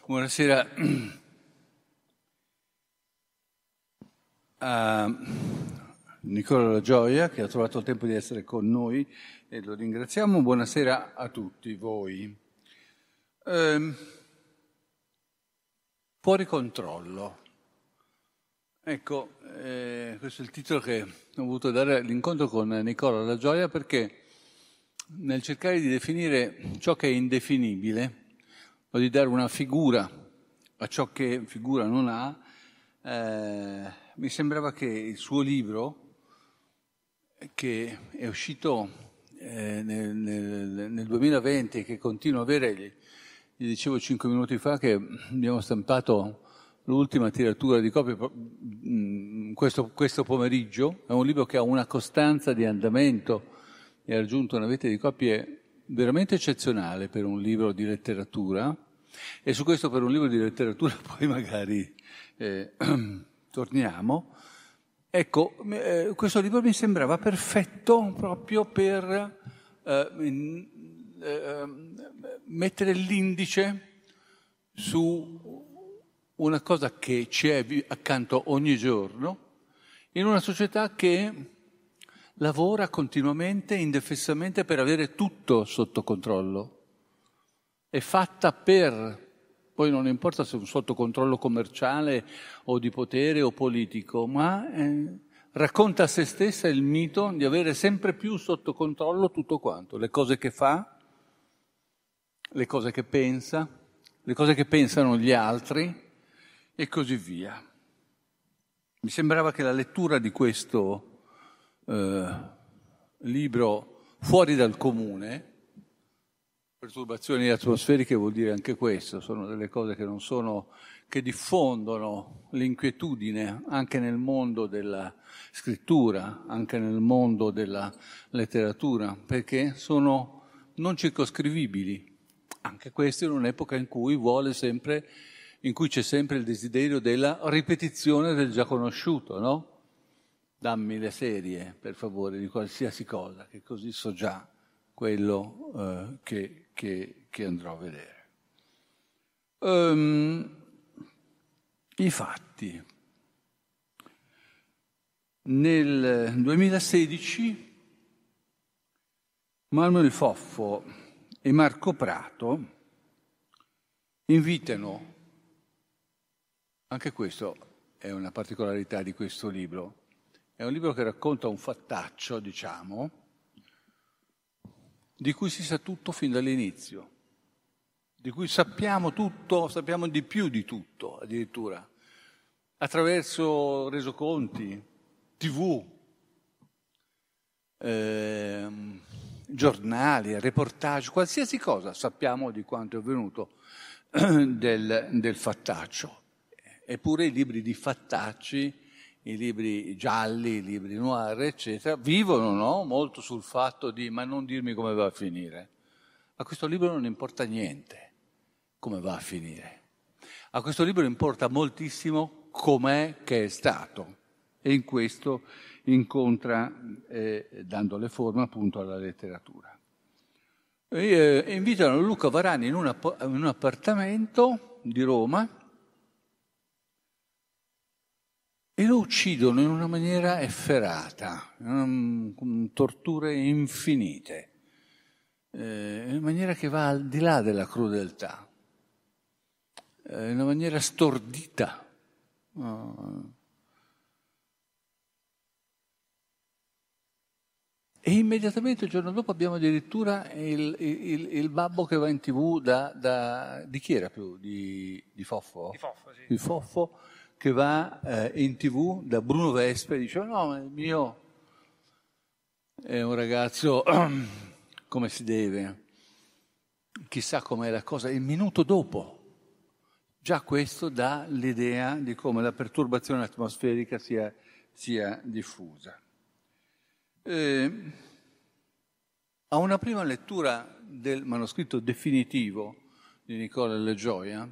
Buonasera a Nicola La Gioia, che ha trovato il tempo di essere con noi e lo ringraziamo. Buonasera a tutti voi. Fuori controllo. Ecco, questo è il titolo che ho voluto dare all'incontro con Nicola La Gioia, perché nel cercare di definire ciò che è indefinibile o di dare una figura a ciò che figura non ha, mi sembrava che il suo libro, che è uscito nel 2020 e che continua a avere, gli dicevo 5 minuti fa che abbiamo stampato l'ultima tiratura di copie questo pomeriggio, è un libro che ha una costanza di andamento e ha raggiunto una vetta di copie veramente eccezionale per un libro di letteratura, e su questo per un libro di letteratura poi magari torniamo. Ecco, questo libro mi sembrava perfetto proprio per mettere l'indice su una cosa che ci è accanto ogni giorno, in una società che lavora continuamente, indefessamente per avere tutto sotto controllo. È fatta per, poi non importa se è un sotto controllo commerciale o di potere o politico, ma racconta a se stessa il mito di avere sempre più sotto controllo tutto quanto, le cose che fa, le cose che pensa, le cose che pensano gli altri e così via. Mi sembrava che la lettura di questo libro fuori dal comune, perturbazioni atmosferiche vuol dire anche questo, sono delle cose che non sono, che diffondono l'inquietudine anche nel mondo della scrittura, anche nel mondo della letteratura, perché sono non circoscrivibili. Anche questo in un'epoca in cui in cui c'è sempre il desiderio della ripetizione del già conosciuto, no? Dammi le serie, per favore, di qualsiasi cosa, che così so già quello che andrò a vedere. I fatti. Nel 2016 Manuel Foffo e Marco Prato invitano, anche questo è una particolarità di questo libro, è un libro che racconta un fattaccio, diciamo, di cui si sa tutto fin dall'inizio, di cui sappiamo tutto, sappiamo di più di tutto addirittura, attraverso resoconti, TV, giornali, reportage, qualsiasi cosa sappiamo di quanto è avvenuto del fattaccio. Eppure i libri di fattacci, i libri gialli, i libri noir, eccetera, vivono, no? Molto sul fatto di ma non dirmi come va a finire. A questo libro non importa niente come va a finire. A questo libro importa moltissimo com'è che è stato, e in questo incontra, dandole forma appunto alla letteratura. Invitano Luca Varani in un appartamento di Roma e lo uccidono in una maniera efferata, con torture infinite, in una maniera che va al di là della crudeltà, in una maniera stordita. E immediatamente il giorno dopo abbiamo addirittura il babbo che va in TV di chi era più? Di Foffo? Di Foffo, sì. Di Foffo, che va in TV da Bruno Vespa e dice no, ma il mio è un ragazzo come si deve, chissà com'è la cosa. Il minuto dopo già questo dà l'idea di come la perturbazione atmosferica sia diffusa. A una prima lettura del manoscritto definitivo di Nicola La Gioia,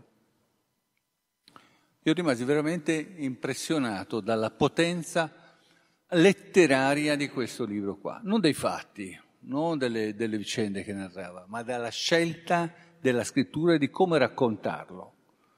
io rimasi veramente impressionato dalla potenza letteraria di questo libro qua, non dei fatti, non delle vicende che narrava, ma dalla scelta della scrittura e di come raccontarlo.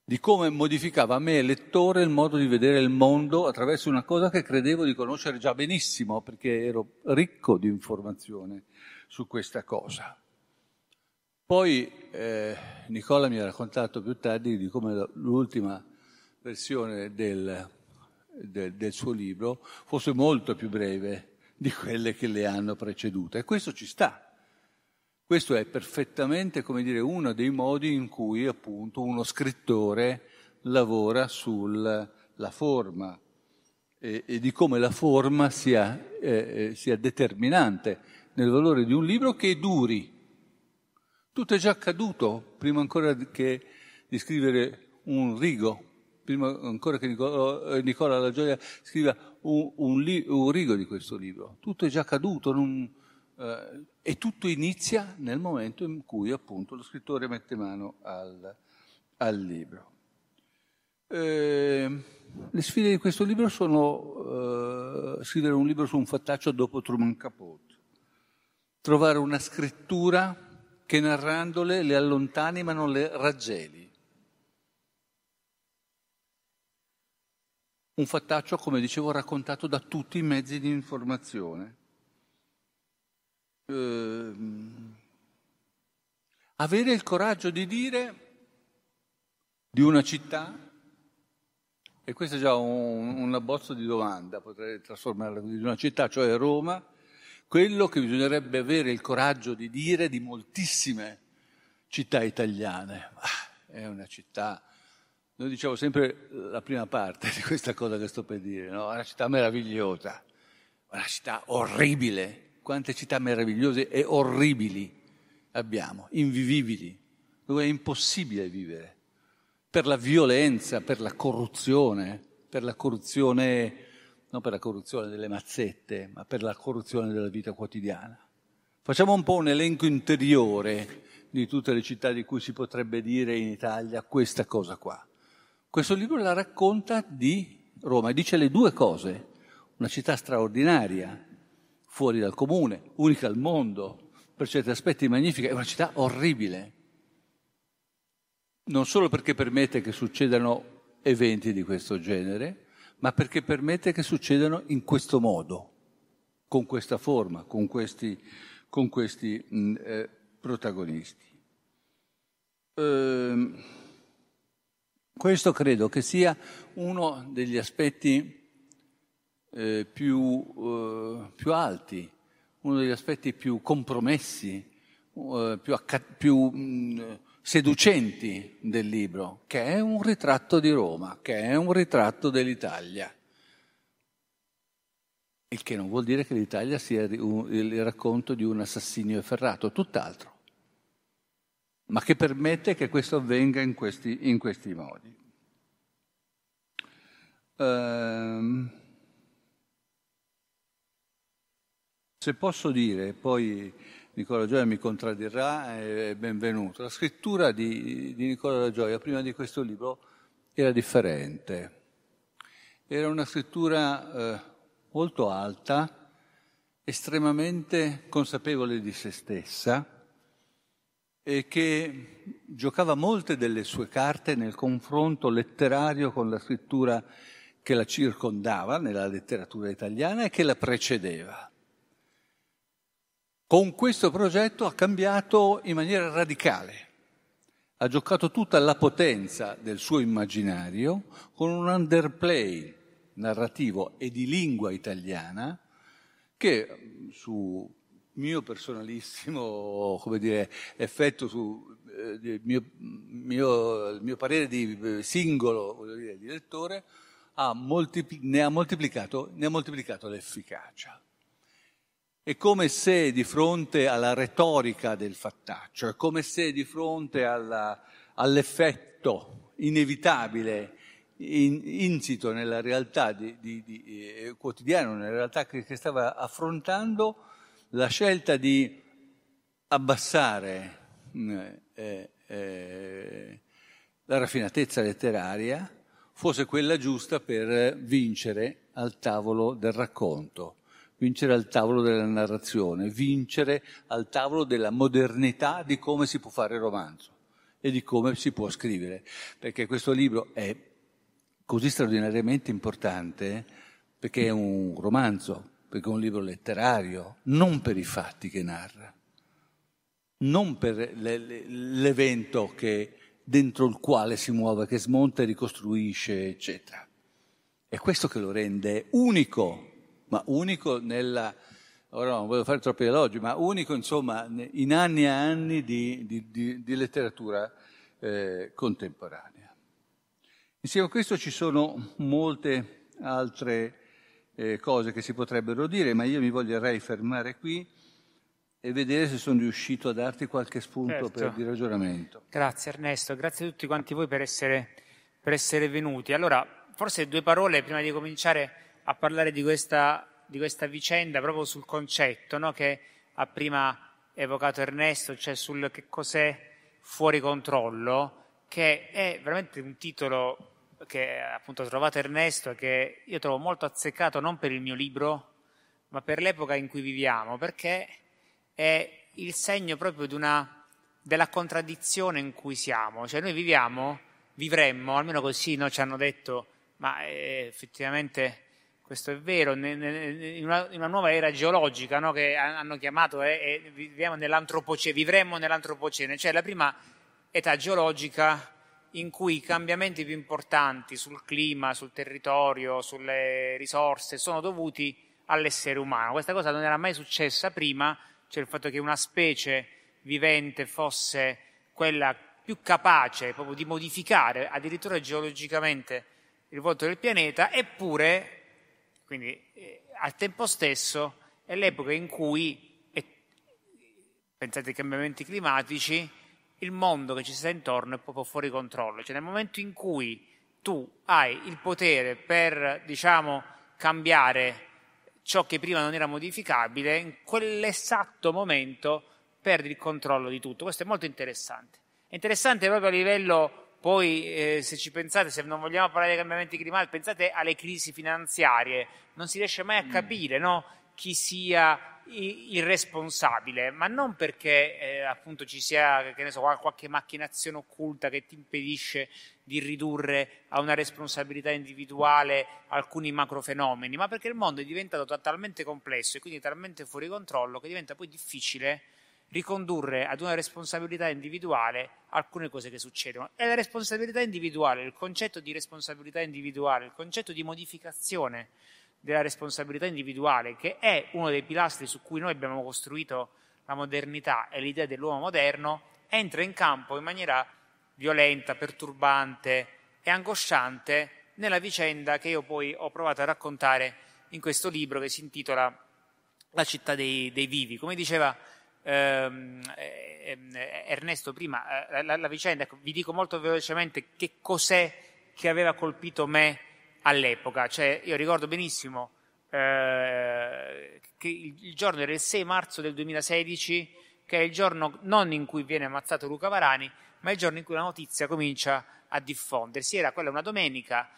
di come modificava a me, lettore, il modo di vedere il mondo attraverso una cosa che credevo di conoscere già benissimo, perché ero ricco di informazione su questa cosa. Poi Nicola mi ha raccontato più tardi di come l'ultima versione del suo libro fosse molto più breve di quelle che le hanno precedute, e questo ci sta. Questo è perfettamente, come dire, uno dei modi in cui appunto uno scrittore lavora sulla forma e di come la forma sia determinante nel valore di un libro che duri. Tutto è già accaduto prima ancora che di scrivere un rigo, prima ancora che Nicola La Gioia scriva un rigo di questo libro. Tutto è già accaduto, e tutto inizia nel momento in cui appunto lo scrittore mette mano al libro. Le sfide di questo libro sono scrivere un libro su un fattaccio dopo Truman Capote, trovare una scrittura che narrandole le allontani ma non le raggeli. Un fattaccio, come dicevo, raccontato da tutti i mezzi di informazione. Avere il coraggio di dire di una città, e questo è già un abbozzo di domanda, potrei trasformarla così, di una città, cioè Roma, quello che bisognerebbe avere il coraggio di dire di moltissime città italiane. È una città, noi diciamo sempre la prima parte di questa cosa che sto per dire, no? È una città meravigliosa, una città orribile. Quante città meravigliose e orribili abbiamo, invivibili, dove è impossibile vivere, per la violenza, per la corruzione, non per la corruzione delle mazzette, ma per la corruzione della vita quotidiana. Facciamo un po' un elenco interiore di tutte le città di cui si potrebbe dire in Italia questa cosa qua. Questo libro la racconta di Roma e dice le due cose: una città straordinaria, fuori dal comune, unica al mondo, per certi aspetti magnifica, è una città orribile. Non solo perché permette che succedano eventi di questo genere, ma perché permette che succedano in questo modo, con questa forma, con questi protagonisti. Questo credo che sia uno degli aspetti più alti, uno degli aspetti più compromessi, più seducenti del libro, che è un ritratto di Roma, che è un ritratto dell'Italia. Il che non vuol dire che l'Italia sia il racconto di un assassinio efferrato, tutt'altro, ma che permette che questo avvenga in questi modi. Se posso dire, poi Nicola Gioia mi contraddirà, è benvenuto. La scrittura di Nicola La Gioia prima di questo libro era differente. Era una scrittura molto alta, estremamente consapevole di se stessa e che giocava molte delle sue carte nel confronto letterario con la scrittura che la circondava nella letteratura italiana e che la precedeva. Con questo progetto ha cambiato in maniera radicale, ha giocato tutta la potenza del suo immaginario con un underplay narrativo e di lingua italiana che su mio personalissimo, effetto, il mio parere di singolo, di lettore, ne ha moltiplicato l'efficacia. È come se di fronte alla retorica del fattaccio, è come se di fronte all'effetto inevitabile, insito nella realtà quotidiana, nella realtà che stava affrontando, la scelta di abbassare la raffinatezza letteraria fosse quella giusta per vincere al tavolo del racconto, vincere al tavolo della narrazione, vincere al tavolo della modernità di come si può fare romanzo. e di come si può scrivere, perché questo libro è così straordinariamente importante perché è un romanzo, perché è un libro letterario, non per i fatti che narra, non per l'evento dentro il quale si muove, che smonta e ricostruisce, eccetera. È questo che lo rende unico, ma unico ora non voglio fare troppi elogi, ma unico insomma in anni e anni di letteratura contemporanea. Insieme a questo ci sono molte altre cose che si potrebbero dire, ma io mi voglierei fermare qui e vedere se sono riuscito a darti qualche spunto di ragionamento. Grazie Ernesto, grazie a tutti quanti voi per essere venuti. Allora, forse 2 parole prima di cominciare a parlare di questa vicenda, proprio sul concetto, no, che ha prima evocato Ernesto, cioè sul che cos'è fuori controllo, che è veramente un titolo che appunto ha trovato Ernesto e che io trovo molto azzeccato non per il mio libro, ma per l'epoca in cui viviamo, perché è il segno proprio della contraddizione in cui siamo. Cioè noi vivremmo, almeno così ci hanno detto, ma effettivamente questo è vero, in una nuova era geologica, no, che hanno chiamato, vivremmo nell'antropocene, cioè la prima età geologica in cui i cambiamenti più importanti sul clima, sul territorio, sulle risorse sono dovuti all'essere umano. Questa cosa non era mai successa prima, cioè il fatto che una specie vivente fosse quella più capace proprio di modificare addirittura geologicamente il volto del pianeta, eppure, quindi al tempo stesso, è l'epoca in cui, pensate ai cambiamenti climatici, il mondo che ci sta intorno è proprio fuori controllo. Cioè nel momento in cui tu hai il potere per, cambiare ciò che prima non era modificabile, in quell'esatto momento perdi il controllo di tutto. Questo è molto interessante. È interessante proprio a livello, poi se ci pensate, se non vogliamo parlare dei cambiamenti climatici, pensate alle crisi finanziarie. Non si riesce mai a capire, no, chi sia il responsabile, ma non perché appunto ci sia, che ne so, qualche macchinazione occulta che ti impedisce di ridurre a una responsabilità individuale alcuni macrofenomeni, ma perché il mondo è diventato talmente complesso e quindi talmente fuori controllo che diventa poi difficile ricondurre ad una responsabilità individuale alcune cose che succedono. E la responsabilità individuale, il concetto di responsabilità individuale, il concetto di modificazione della responsabilità individuale, che è uno dei pilastri su cui noi abbiamo costruito la modernità e l'idea dell'uomo moderno, entra in campo in maniera violenta, perturbante e angosciante nella vicenda che io poi ho provato a raccontare in questo libro che si intitola La città dei vivi. Come diceva Ernesto prima, la vicenda, ecco, vi dico molto velocemente che cos'è che aveva colpito me all'epoca. Cioè, io ricordo benissimo che il giorno era il 6 marzo del 2016, che è il giorno non in cui viene ammazzato Luca Varani, ma il giorno in cui la notizia comincia a diffondersi. Era quella una domenica,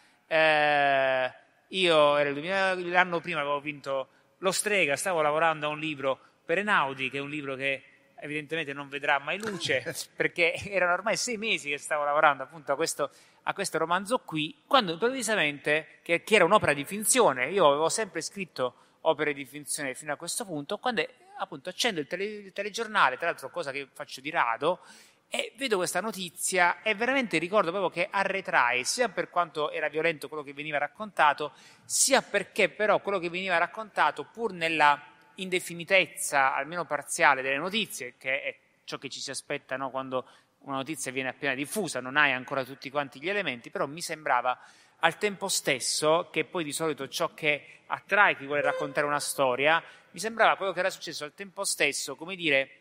io l'anno prima avevo vinto lo Strega, stavo lavorando a un libro per Einaudi, che è un libro che evidentemente non vedrà mai luce, perché erano ormai 6 mesi che stavo lavorando appunto a questo romanzo qui, quando improvvisamente, che era un'opera di finzione, io avevo sempre scritto opere di finzione fino a questo punto, quando appunto accendo il telegiornale, tra l'altro cosa che faccio di rado, e vedo questa notizia e veramente ricordo proprio che arretrai, sia per quanto era violento quello che veniva raccontato, sia perché però quello che veniva raccontato, pur nella indefinitezza, almeno parziale, delle notizie, che è ciò che ci si aspetta, no, quando una notizia viene appena diffusa, non hai ancora tutti quanti gli elementi, però mi sembrava al tempo stesso, che poi di solito ciò che attrae chi vuole raccontare una storia, mi sembrava quello che era successo al tempo stesso, come dire,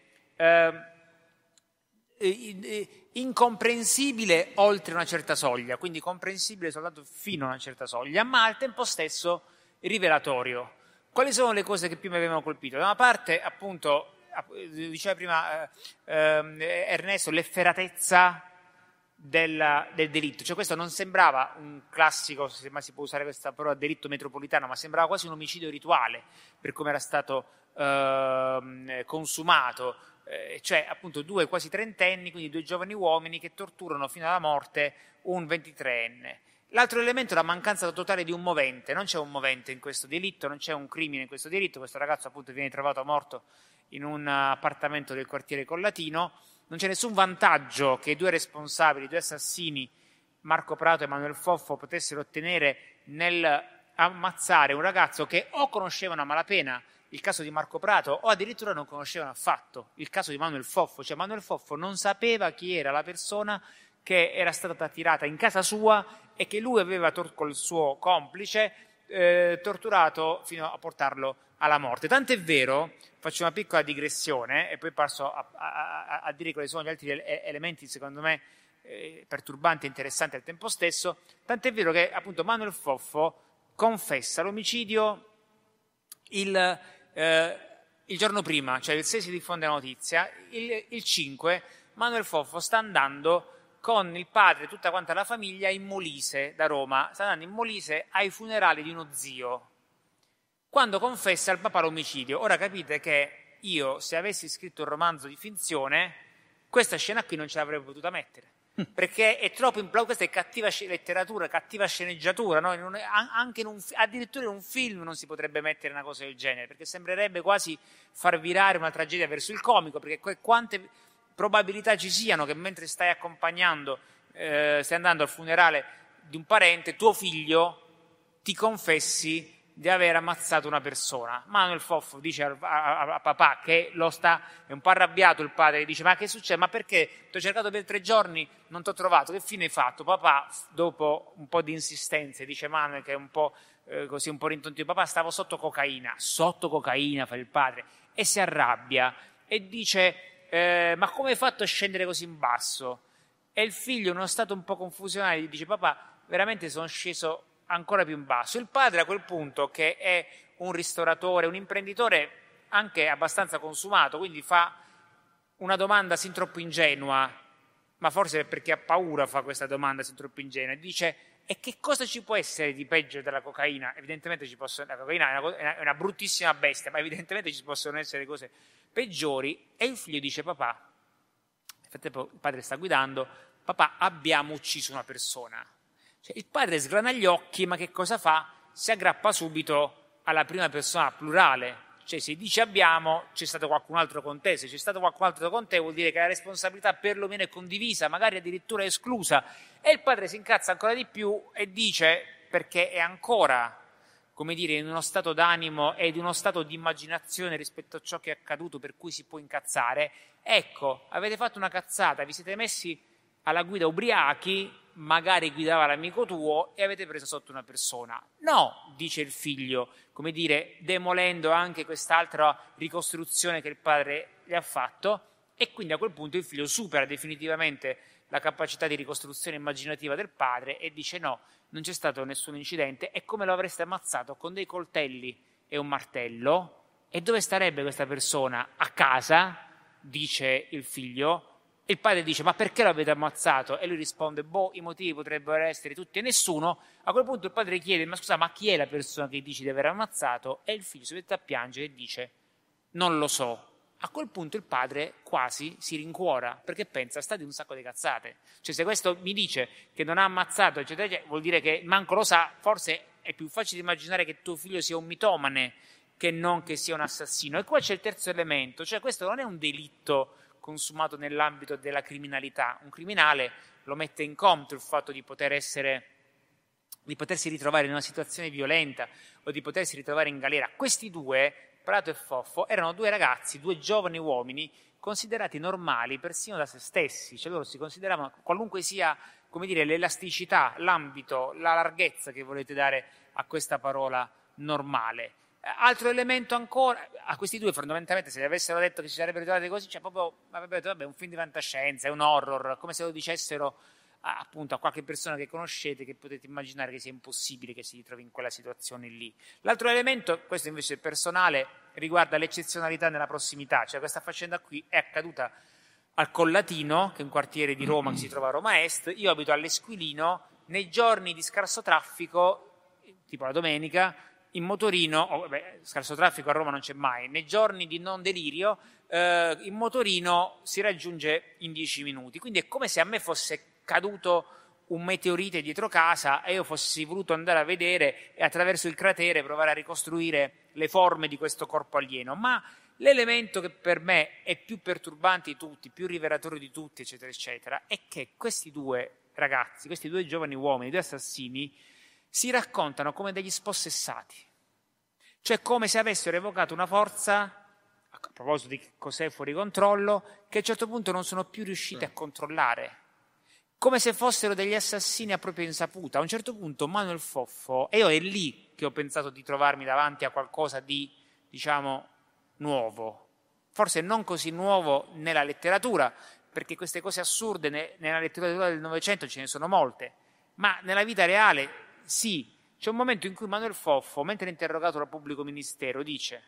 incomprensibile oltre una certa soglia, quindi comprensibile soltanto fino a una certa soglia, ma al tempo stesso rivelatorio. Quali sono le cose che più mi avevano colpito? Da una parte, appunto, diceva prima Ernesto, l'efferatezza del delitto. Cioè questo non sembrava un classico, se mai si può usare questa parola, delitto metropolitano, ma sembrava quasi un omicidio rituale per come era stato consumato. cioè appunto 2 quasi trentenni, quindi 2 giovani uomini che torturano fino alla morte un 23enne. L'altro elemento è la mancanza totale di un movente. Non c'è un movente in questo delitto, non c'è un crimine in questo delitto. Questo ragazzo appunto viene trovato morto in un appartamento del quartiere Collatino. Non c'è nessun vantaggio che i 2 responsabili, i 2 assassini, Marco Prato e Manuel Foffo, potessero ottenere nel ammazzare un ragazzo che o conoscevano a malapena il caso di Marco Prato o addirittura non conoscevano affatto il caso di Manuel Foffo. Cioè Manuel Foffo non sapeva chi era la persona che era stata tirata in casa sua e che lui aveva col suo complice torturato fino a portarlo alla morte. Tant'è vero, faccio una piccola digressione e poi passo a dire quali sono gli altri elementi secondo me perturbanti e interessanti al tempo stesso. Tant'è vero che appunto Manuel Foffo confessa l'omicidio il giorno prima, cioè il 6 si diffonde la notizia, il 5 Manuel Foffo sta andando con il padre e tutta quanta la famiglia in Molise da Roma, sta andando in Molise ai funerali di uno zio, quando confessa al papà l'omicidio. Ora capite che io, se avessi scritto un romanzo di finzione, questa scena qui non ce l'avrei potuta mettere, perché è troppo questa è cattiva letteratura, cattiva sceneggiatura, no? Anche addirittura in un film non si potrebbe mettere una cosa del genere, perché sembrerebbe quasi far virare una tragedia verso il comico, perché quante probabilità ci siano che mentre stai accompagnando, stai andando al funerale di un parente, tuo figlio ti confessi di aver ammazzato una persona. Manuel Foffo dice a papà che è un po' arrabbiato il padre, dice: ma che succede? Ma perché ti ho cercato per 3 giorni, non ti ho trovato, che fine hai fatto? Papà, dopo un po' di insistenze, dice Manuel, che è un po' così, un po' rintontito: papà, stavo sotto cocaina, fa il padre, e si arrabbia e dice: ma come hai fatto a scendere così in basso? E il figlio, in uno stato un po' confusionale, gli dice: papà, veramente sono sceso ancora più in basso. Il padre, a quel punto, che è un ristoratore, un imprenditore anche abbastanza consumato, quindi fa una domanda sin troppo ingenua, ma forse perché ha paura fa questa domanda sin troppo ingenua, e dice: e che cosa ci può essere di peggio della cocaina? Evidentemente la cocaina è una bruttissima bestia, ma evidentemente ci possono essere cose peggiori. E il figlio dice: papà, nel frattempo il padre sta guidando, papà, abbiamo ucciso una persona. Cioè, il padre sgrana gli occhi, ma che cosa fa? Si aggrappa subito alla prima persona plurale. Cioè, se dice abbiamo, c'è stato qualcun altro con te. Se c'è stato qualcun altro con te vuol dire che la responsabilità perlomeno è condivisa, magari addirittura esclusa. E il padre si incazza ancora di più e dice, perché è ancora, come dire, in uno stato d'animo e in uno stato di immaginazione rispetto a ciò che è accaduto, per cui si può incazzare: ecco, avete fatto una cazzata, vi siete messi alla guida ubriachi, magari guidava l'amico tuo e avete preso sotto una persona. No, dice il figlio, come dire, demolendo anche quest'altra ricostruzione che il padre gli ha fatto, e quindi a quel punto il figlio supera definitivamente la capacità di ricostruzione immaginativa del padre e dice: no, non c'è stato nessun incidente, e come lo avreste ammazzato? Con dei coltelli e un martello. E dove starebbe questa persona? A casa, dice il figlio. Il padre dice: ma perché lo avete ammazzato? E lui risponde: boh, i motivi potrebbero essere tutti e nessuno. A quel punto il padre chiede: ma scusa, ma chi è la persona che dici di aver ammazzato? E il figlio si mette a piangere e dice: non lo so. A quel punto il padre quasi si rincuora, perché pensa: sta di un sacco di cazzate. Cioè, se questo mi dice che non ha ammazzato, eccetera, eccetera, vuol dire che manco lo sa. Forse è più facile immaginare che tuo figlio sia un mitomane che non che sia un assassino. E qua c'è il terzo elemento, cioè questo non è un delitto consumato nell'ambito della criminalità. Un criminale lo mette in conto il fatto di potersi ritrovare in una situazione violenta o di potersi ritrovare in galera. Questi due, Prato e Foffo, erano 2 ragazzi, 2 giovani uomini considerati normali persino da se stessi. Cioè loro si consideravano, qualunque sia, come dire, l'elasticità, l'ambito, la larghezza che volete dare a questa parola normale. Altro elemento ancora, a questi 2 fondamentalmente, se gli avessero detto che si sarebbero ritrovati così, cioè proprio avrebbero detto: vabbè, un film di fantascienza, è un horror, come se lo dicessero appunto a qualche persona che conoscete, che potete immaginare che sia impossibile che si ritrovi in quella situazione lì. L'altro elemento, questo invece è personale, riguarda l'eccezionalità nella prossimità. Cioè questa faccenda qui è accaduta al Collatino, che è un quartiere di Roma che si trova a Roma Est. Io abito all'Esquilino. Nei giorni di scarso traffico, tipo la domenica, in motorino, scarso traffico a Roma non c'è mai, nei giorni di non delirio, in motorino si raggiunge in 10 minuti. Quindi è come se a me fosse caduto un meteorite dietro casa e io fossi voluto andare a vedere e attraverso il cratere provare a ricostruire le forme di questo corpo alieno. Ma l'elemento che per me è più perturbante di tutti, più rivelatorio di tutti, eccetera, eccetera, è che questi due ragazzi, questi due giovani uomini, due assassini, si raccontano come degli spossessati. Cioè come se avessero evocato una forza, a proposito di cos'è fuori controllo, che a un certo punto non sono più riusciti a controllare. Come se fossero degli assassini a propria insaputa. A un certo punto Manuel Foffo, e io è lì che ho pensato di trovarmi davanti a qualcosa di, diciamo, nuovo. Forse non così nuovo nella letteratura, perché queste cose assurde nella letteratura del Novecento ce ne sono molte, ma nella vita reale sì. C'è un momento in cui Manuel Foffo, mentre interrogato dal pubblico ministero, dice: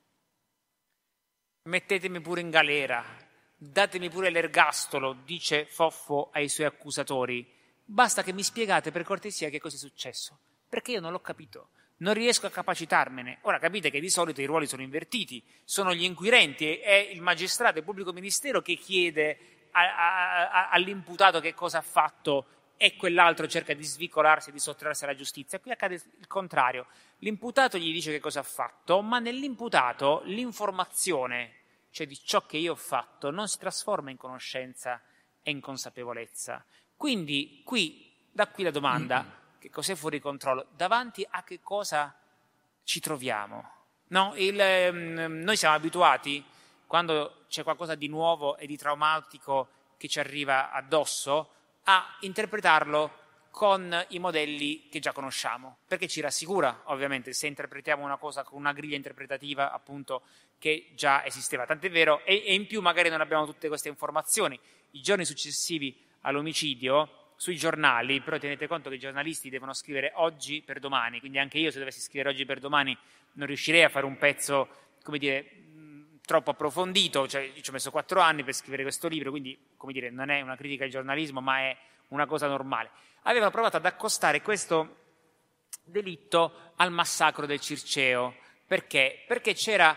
mettetemi pure in galera, datemi pure l'ergastolo, dice Foffo ai suoi accusatori, basta che mi spiegate per cortesia che cosa è successo, perché io non l'ho capito, non riesco a capacitarmene. Ora capite che di solito i ruoli sono invertiti, sono gli inquirenti, è il magistrato, il pubblico ministero che chiede all'imputato che cosa ha fatto e quell'altro cerca di svicolarsi e di sottrarsi alla giustizia. Qui accade il contrario, l'imputato gli dice che cosa ha fatto, ma nell'imputato l'informazione, cioè di ciò che io ho fatto, non si trasforma in conoscenza e in consapevolezza. Quindi da qui la domanda: che cos'è fuori controllo? Davanti a che cosa ci troviamo? No, noi siamo abituati, quando c'è qualcosa di nuovo e di traumatico che ci arriva addosso, a interpretarlo con i modelli che già conosciamo, perché ci rassicura, ovviamente, se interpretiamo una cosa con una griglia interpretativa, appunto, che già esisteva. Tant'è vero, e in più magari non abbiamo tutte queste informazioni. I giorni successivi all'omicidio, sui giornali, però tenete conto che i giornalisti devono scrivere oggi per domani, quindi anche io se dovessi scrivere oggi per domani non riuscirei a fare un pezzo, come dire, troppo approfondito, cioè io ci ho messo 4 anni per scrivere questo libro, quindi, come dire, non è una critica al giornalismo, ma è una cosa normale. Avevano provato ad accostare questo delitto al massacro del Circeo. Perché? Perché c'erano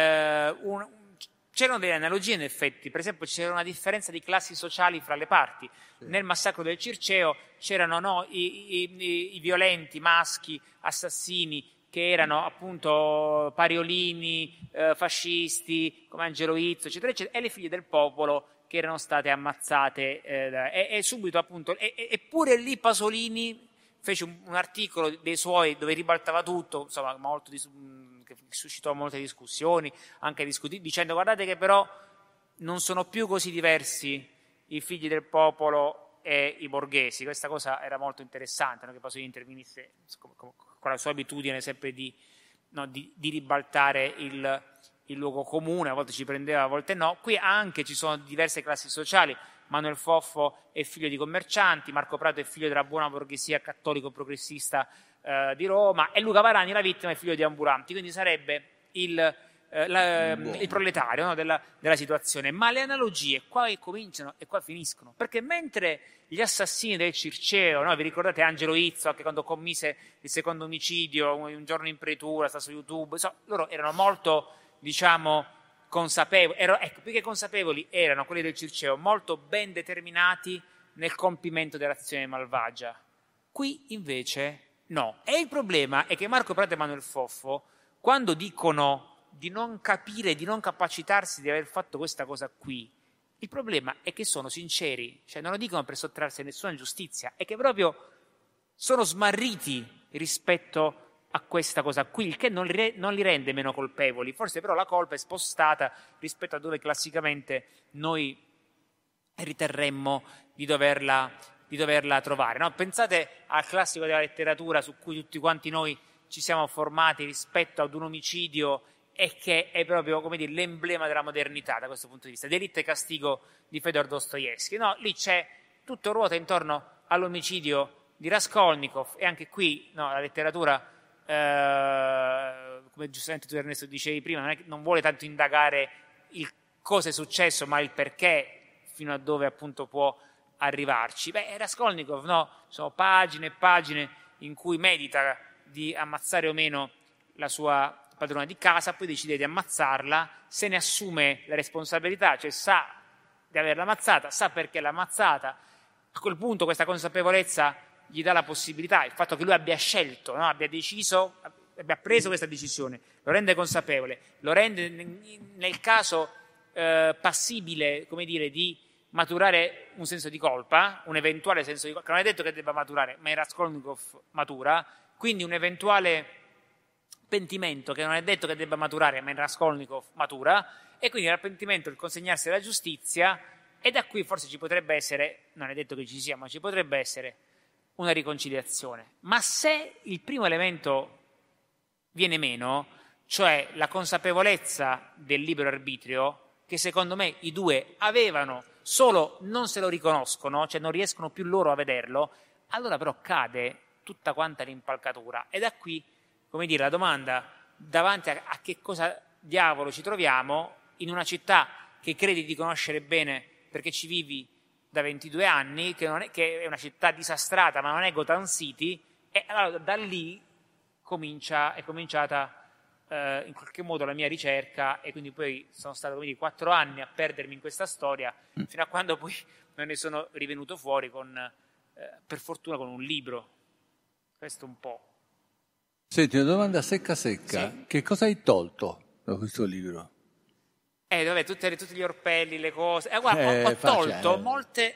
delle analogie in effetti, per esempio c'era una differenza di classi sociali fra le parti. Sì. Nel massacro del Circeo c'erano i violenti maschi, assassini, che erano appunto pariolini, fascisti, come Angelo Izzo, eccetera, eccetera, e le figlie del popolo che erano state ammazzate, e subito appunto, eppure lì Pasolini fece un articolo dei suoi dove ribaltava tutto, insomma, che suscitò molte discussioni, anche dicendo: guardate che però non sono più così diversi i figli del popolo e i borghesi. Questa cosa era molto interessante, no? Che Pasolini intervenisse con la sua abitudine sempre di ribaltare il luogo comune, a volte ci prendeva, a volte no. Qui anche ci sono diverse classi sociali. Manuel Foffo è figlio di commercianti, Marco Prato è figlio della buona borghesia cattolico progressista di Roma, e Luca Varani, la vittima, è figlio di ambulanti, quindi sarebbe il proletario, no, della situazione. Ma le analogie qua cominciano e qua finiscono, perché mentre gli assassini del Circeo, no, vi ricordate Angelo Izzo, anche quando commise il secondo omicidio, un giorno in pretura, sta su YouTube, loro erano molto, diciamo, consapevoli, più che consapevoli, erano quelli del Circeo molto ben determinati nel compimento dell'azione malvagia. Qui invece no. E il problema è che Marco Prato e Manuel Foffo, quando dicono di non capire, di non capacitarsi di aver fatto questa cosa qui, il problema è che sono sinceri, cioè non lo dicono per sottrarsi a nessuna giustizia, è che proprio sono smarriti rispetto a questa cosa qui, il che non li rende meno colpevoli. Forse però la colpa è spostata rispetto a dove classicamente noi riterremmo di doverla trovare, no? Pensate al classico della letteratura su cui tutti quanti noi ci siamo formati rispetto ad un omicidio, e che è proprio, come dire, l'emblema della modernità da questo punto di vista, Delitto e castigo di Fëdor Dostoevskij. No, lì c'è tutto, ruota intorno all'omicidio di Raskolnikov, e anche qui, no, la letteratura, come giustamente tu Ernesto dicevi prima, non vuole tanto indagare il cosa è successo, ma il perché, fino a dove appunto può arrivarci. Raskolnikov, no, sono pagine e pagine in cui medita di ammazzare o meno la sua padrona di casa, poi decide di ammazzarla, se ne assume la responsabilità, cioè sa di averla ammazzata, sa perché l'ha ammazzata. A quel punto questa consapevolezza gli dà la possibilità, il fatto che lui abbia scelto, no? Abbia deciso, abbia preso questa decisione, lo rende consapevole, lo rende nel caso passibile, come dire, di maturare un senso di colpa, un eventuale senso di colpa, che non è detto che debba maturare, ma il Raskolnikov matura, quindi un eventuale pentimento che non è detto che debba maturare, ma il Raskolnikov matura, e quindi l'arrepentimento, il consegnarsi alla giustizia, e da qui forse ci potrebbe essere, non è detto che ci sia, ma ci potrebbe essere una riconciliazione. Ma se il primo elemento viene meno, cioè la consapevolezza del libero arbitrio, che secondo me i due avevano, solo non se lo riconoscono, cioè non riescono più loro a vederlo, allora però cade tutta quanta l'impalcatura. E da qui, come dire, la domanda davanti a che cosa diavolo ci troviamo in una città che credi di conoscere bene perché ci vivi da 22 anni, che è una città disastrata, ma non è Gotham City, e allora da lì è cominciata in qualche modo la mia ricerca, e quindi poi sono stato, come dire, 4 anni a perdermi in questa storia, fino a quando poi non ne sono rivenuto fuori per fortuna con un libro. Questo un po'. Senti, una domanda secca. Sì? Che cosa hai tolto da questo libro? Vabbè, tutti gli orpelli, le cose. Guarda, ho tolto molte.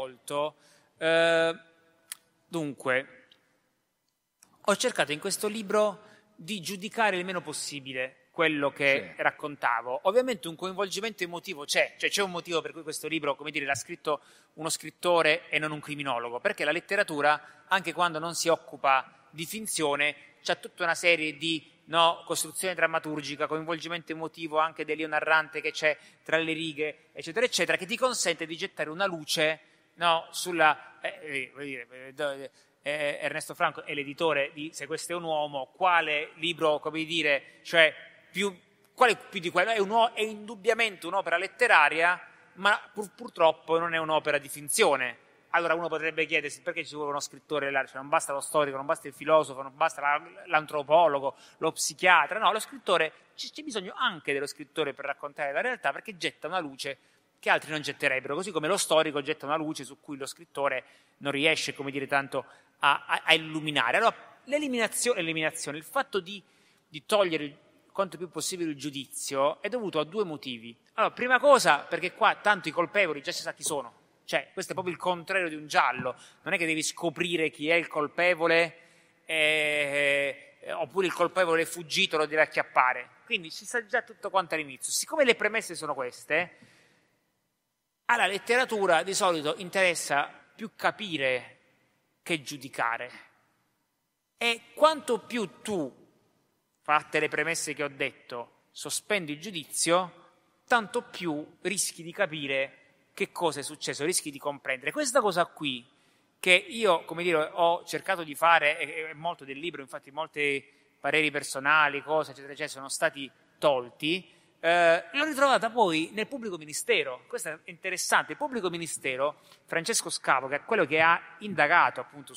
Dunque, ho cercato in questo libro di giudicare il meno possibile quello che raccontavo. Ovviamente un coinvolgimento emotivo c'è un motivo per cui questo libro, come dire, l'ha scritto uno scrittore e non un criminologo, perché la letteratura, anche quando non si occupa di finzione, c'ha tutta una serie di costruzione drammaturgica, coinvolgimento emotivo anche dell'io narrante che c'è tra le righe, eccetera, eccetera, che ti consente di gettare una luce sulla... Ernesto Franco è l'editore di Se questo è un uomo, quale libro, come dire, cioè quale più di quello? È indubbiamente un'opera letteraria, ma purtroppo non è un'opera di finzione. Allora uno potrebbe chiedersi perché ci vuole uno scrittore, cioè non basta lo storico, non basta il filosofo, non basta l'antropologo, lo psichiatra. No, lo scrittore, c'è bisogno anche dello scrittore per raccontare la realtà, perché getta una luce che altri non getterebbero, così come lo storico getta una luce su cui lo scrittore non riesce, come dire, tanto a illuminare. Allora l'eliminazione, il fatto di togliere quanto più possibile il giudizio è dovuto a 2 motivi. Allora, prima cosa, perché qua tanto i colpevoli già si sa chi sono. Cioè, questo è proprio il contrario di un giallo. Non è che devi scoprire chi è il colpevole oppure il colpevole è fuggito, lo deve acchiappare. Quindi si sa già tutto quanto all'inizio. Siccome le premesse sono queste, alla letteratura di solito interessa più capire che giudicare. E quanto più tu, fatte le premesse che ho detto, sospendi il giudizio, tanto più rischi di capire che cosa è successo, rischi di comprendere. Questa cosa qui, che io, come dire, ho cercato di fare, e molto del libro, infatti molti pareri personali, cose, eccetera, eccetera, sono stati tolti, l'ho ritrovata poi nel pubblico ministero. Questo è interessante. Il pubblico ministero, Francesco Scavo, che è quello che ha indagato appunto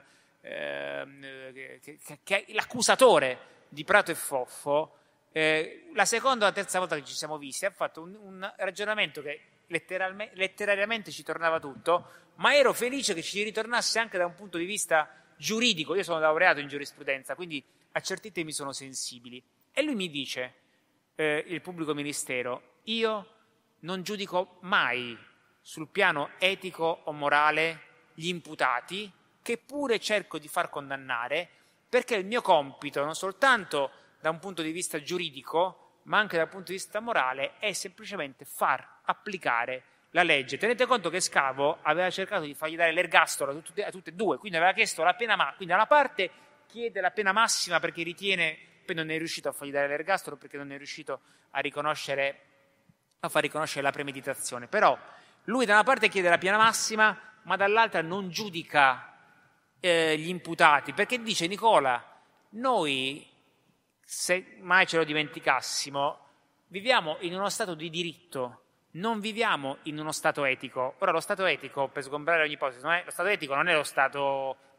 l'accusatore di Prato e Foffo, la seconda o la terza volta che ci siamo visti ha fatto un ragionamento che letterariamente ci tornava tutto, ma ero felice che ci ritornasse anche da un punto di vista giuridico. Io sono laureato in giurisprudenza, quindi a certi temi sono sensibili. E lui mi dice, il pubblico ministero, io non giudico mai sul piano etico o morale gli imputati, che pure cerco di far condannare, perché il mio compito, non soltanto da un punto di vista giuridico, ma anche dal punto di vista morale, è semplicemente far applicare la legge. Tenete conto che Scavo aveva cercato di fargli dare l'ergastolo a tutte e due, quindi aveva chiesto la pena massima, quindi da una parte chiede la pena massima perché ritiene, poi non è riuscito a fargli dare l'ergastolo perché non è riuscito a far riconoscere la premeditazione. Però lui da una parte chiede la pena massima, ma dall'altra non giudica gli imputati, perché dice: Nicola, noi, se mai ce lo dimenticassimo, viviamo in uno stato di diritto, non viviamo in uno stato etico. Ora, lo stato etico, per sgombrare ogni ipotesi, lo stato etico non è lo stato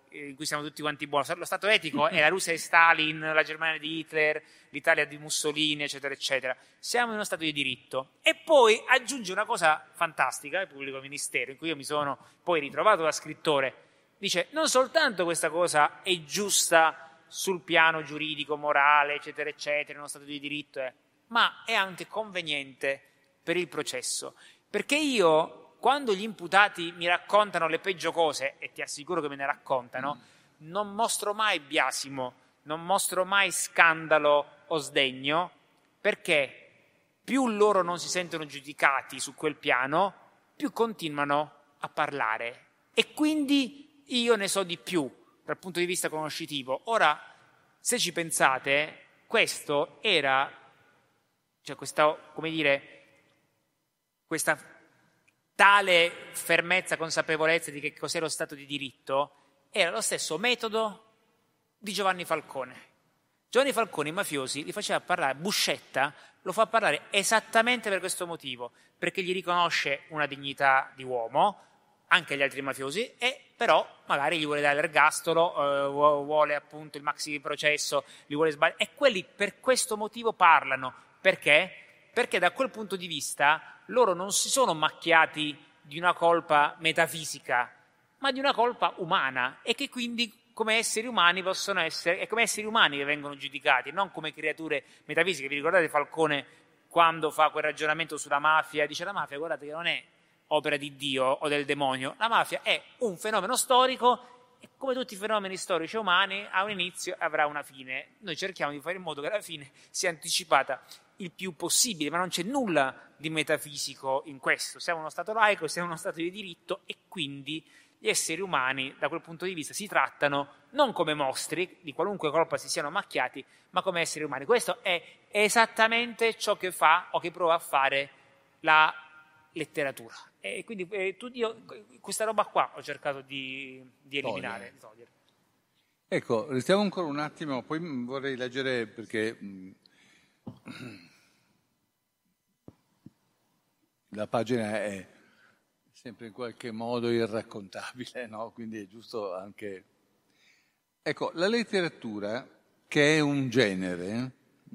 in cui siamo tutti quanti buoni. Lo Stato etico è la Russia di Stalin, la Germania di Hitler, l'Italia di Mussolini, eccetera, eccetera. Siamo in uno Stato di diritto. E poi aggiunge una cosa fantastica, il pubblico ministero, in cui io mi sono poi ritrovato da scrittore. Dice, non soltanto questa cosa è giusta sul piano giuridico, morale, eccetera, eccetera, in uno Stato di diritto, ma è anche conveniente per il processo. Perché io, quando gli imputati mi raccontano le peggio cose, e ti assicuro che me ne raccontano, non mostro mai biasimo, non mostro mai scandalo o sdegno, perché più loro non si sentono giudicati su quel piano, più continuano a parlare. E quindi io ne so di più dal punto di vista conoscitivo. Ora, se ci pensate, questo era, cioè questa, come dire, questa tale fermezza, consapevolezza di che cos'è lo Stato di diritto, era lo stesso metodo di Giovanni Falcone. Giovanni Falcone i mafiosi li faceva parlare, Buscetta lo fa parlare esattamente per questo motivo, perché gli riconosce una dignità di uomo, anche agli altri mafiosi, e però magari gli vuole dare l'ergastolo, vuole appunto il maxi processo, li vuole sbagliare, e quelli per questo motivo parlano. Perché? Perché da quel punto di vista loro non si sono macchiati di una colpa metafisica, ma di una colpa umana, e che quindi come esseri umani possono essere, è come esseri umani che vengono giudicati, non come creature metafisiche. Vi ricordate Falcone quando fa quel ragionamento sulla mafia? Dice, la mafia, guardate che non è opera di Dio o del demonio, la mafia è un fenomeno storico e come tutti i fenomeni storici umani ha un inizio e avrà una fine. Noi cerchiamo di fare in modo che la fine sia anticipata il più possibile, ma non c'è nulla di metafisico in questo. Siamo uno Stato laico, siamo uno Stato di diritto, e quindi gli esseri umani da quel punto di vista si trattano non come mostri di qualunque colpa si siano macchiati, ma come esseri umani. Questo è esattamente ciò che fa o che prova a fare la letteratura. E quindi io questa roba qua ho cercato di eliminare, di togliere. Ecco, restiamo ancora un attimo, poi vorrei leggere perché la pagina è sempre in qualche modo irraccontabile, no? Quindi è giusto anche... Ecco, la letteratura, che è un genere